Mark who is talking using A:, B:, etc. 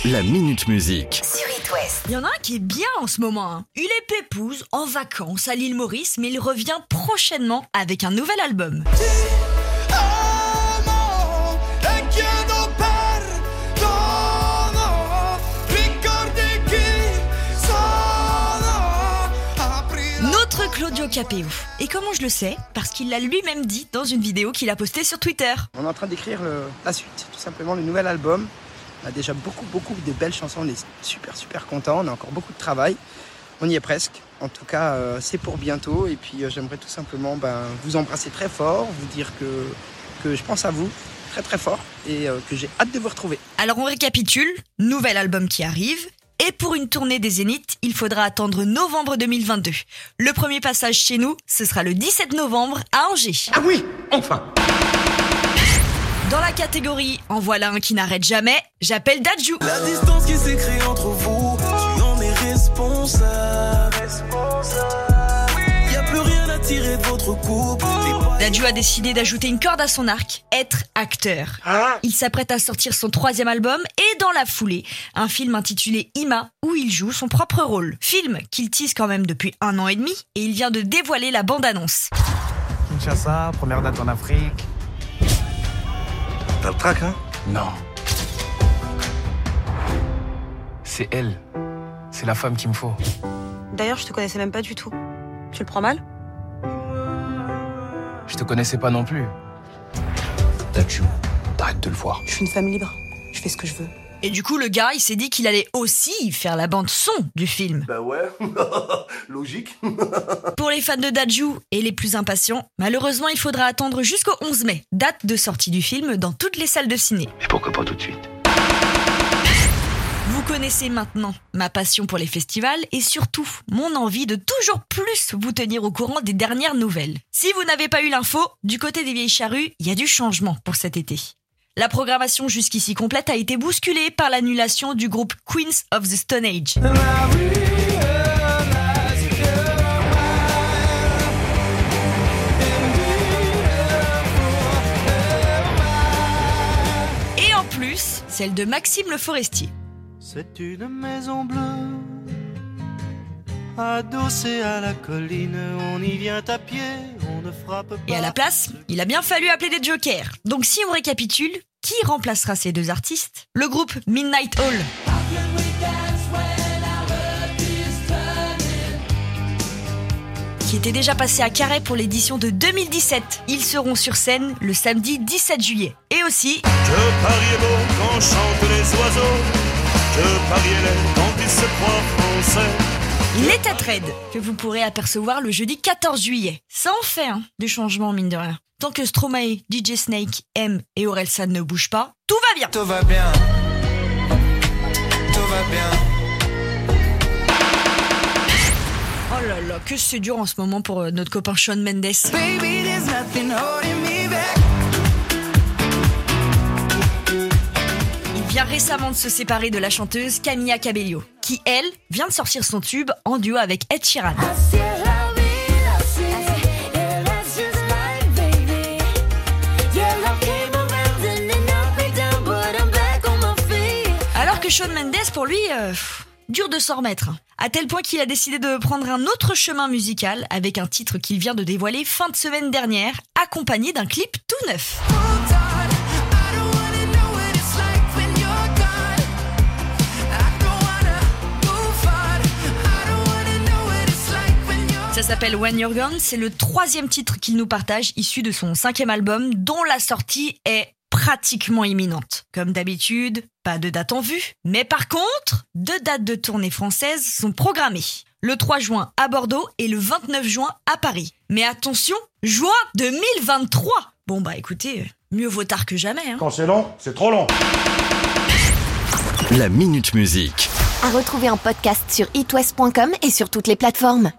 A: La Minute Musique.
B: Sur It West.
C: Il y en a un qui est bien en ce moment. Il est pépouze, en vacances à l'île Maurice, mais il revient prochainement avec un nouvel album. Notre Claudio Capéo. Et comment je le sais ? Parce qu'il l'a lui-même dit dans une vidéo qu'il a postée sur Twitter.
D: On est en train d'écrire la suite, tout simplement le nouvel album. On a déjà beaucoup de belles chansons, on est super contents, on a encore beaucoup de travail. On y est presque. En tout cas, c'est pour bientôt. Et puis j'aimerais tout simplement vous embrasser très fort, vous dire que je pense à vous très fort et que j'ai hâte de vous retrouver.
C: Alors on récapitule, nouvel album qui arrive. Et pour une tournée des Zéniths, il faudra attendre novembre 2022. Le premier passage chez nous, ce sera le 17 novembre à Angers.
E: Ah oui, enfin.
C: Dans la catégorie « En voilà un qui n'arrête jamais », j'appelle Dadju.
F: La distance qui s'est créée entre vous, tu en es responsable. Y'a plus rien à tirer de votre couple.
C: Dadju a décidé d'ajouter une corde à son arc, être acteur. Il s'apprête à sortir son 3e album et dans la foulée, un film intitulé Ima où il joue son propre rôle. Film qu'il tease quand même depuis 1 an et demi et il vient de dévoiler la bande-annonce.
G: Kinshasa, première date en Afrique.
E: T'as le trac, hein?
G: Non. C'est elle. C'est la femme qu'il me faut.
H: D'ailleurs, je te connaissais même pas du tout. Tu le prends mal?
G: Je te connaissais pas non plus.
E: Dadju, t'arrêtes de le voir.
H: Je suis une femme libre. Je fais ce que je veux.
C: Et du coup, le gars, il s'est dit qu'il allait aussi faire la bande-son du film.
E: Bah ouais, logique.
C: Pour les fans de Dadju et les plus impatients, malheureusement, il faudra attendre jusqu'au 11 mai, date de sortie du film dans toutes les salles de ciné.
E: Mais pourquoi pas tout de suite?
C: Vous connaissez maintenant ma passion pour les festivals et surtout mon envie de toujours plus vous tenir au courant des dernières nouvelles. Si vous n'avez pas eu l'info, du côté des Vieilles Charrues, il y a du changement pour cet été. La programmation jusqu'ici complète a été bousculée par l'annulation du groupe Queens of the Stone Age. Et en plus, celle de Maxime Le Forestier.
F: C'est une maison bleue, adossée à la colline, on y vient à pied, on ne frappe pas.
C: Et à la place, il a bien fallu appeler des jokers. Donc si on récapitule, qui remplacera ces deux artistes ? Le groupe Midnight Hall. Qui était déjà passé à Carhaix pour l'édition de 2017. Ils seront sur scène le samedi 17 juillet. Et aussi...
F: Que Paris est beau quand chantent les oiseaux, que Paris est laid quand il se croit français.
C: Les Têtes Raides, que vous pourrez apercevoir le jeudi 14 juillet. Ça en fait, du changement, mine de rien. Tant que Stromae, DJ Snake, M et Orelsan ne bougent pas, tout va bien.
F: Tout va bien, tout va bien.
C: Oh là là, que c'est dur en ce moment pour notre copain Shawn Mendes.
F: Baby, there's nothing holding me back.
C: Il vient récemment de se séparer de la chanteuse Camila Cabello, qui, elle, vient de sortir son tube en duo avec Ed Sheeran. Alors que Shawn Mendes, pour lui, dur de s'en remettre. À tel point qu'il a décidé de prendre un autre chemin musical avec un titre qu'il vient de dévoiler fin de semaine dernière, accompagné d'un clip tout neuf. Ça s'appelle When You're Gone, c'est le 3e titre qu'il nous partage, issu de son 5e album, dont la sortie est pratiquement imminente. Comme d'habitude, pas de date en vue, mais par contre, 2 dates de tournée françaises sont programmées. Le 3 juin à Bordeaux et le 29 juin à Paris. Mais attention, juin 2023 ! Bon bah écoutez, mieux vaut tard que jamais.
E: Quand c'est long, c'est trop long.
A: La Minute Musique.
B: À retrouver en podcast sur itwest.com et sur toutes les plateformes.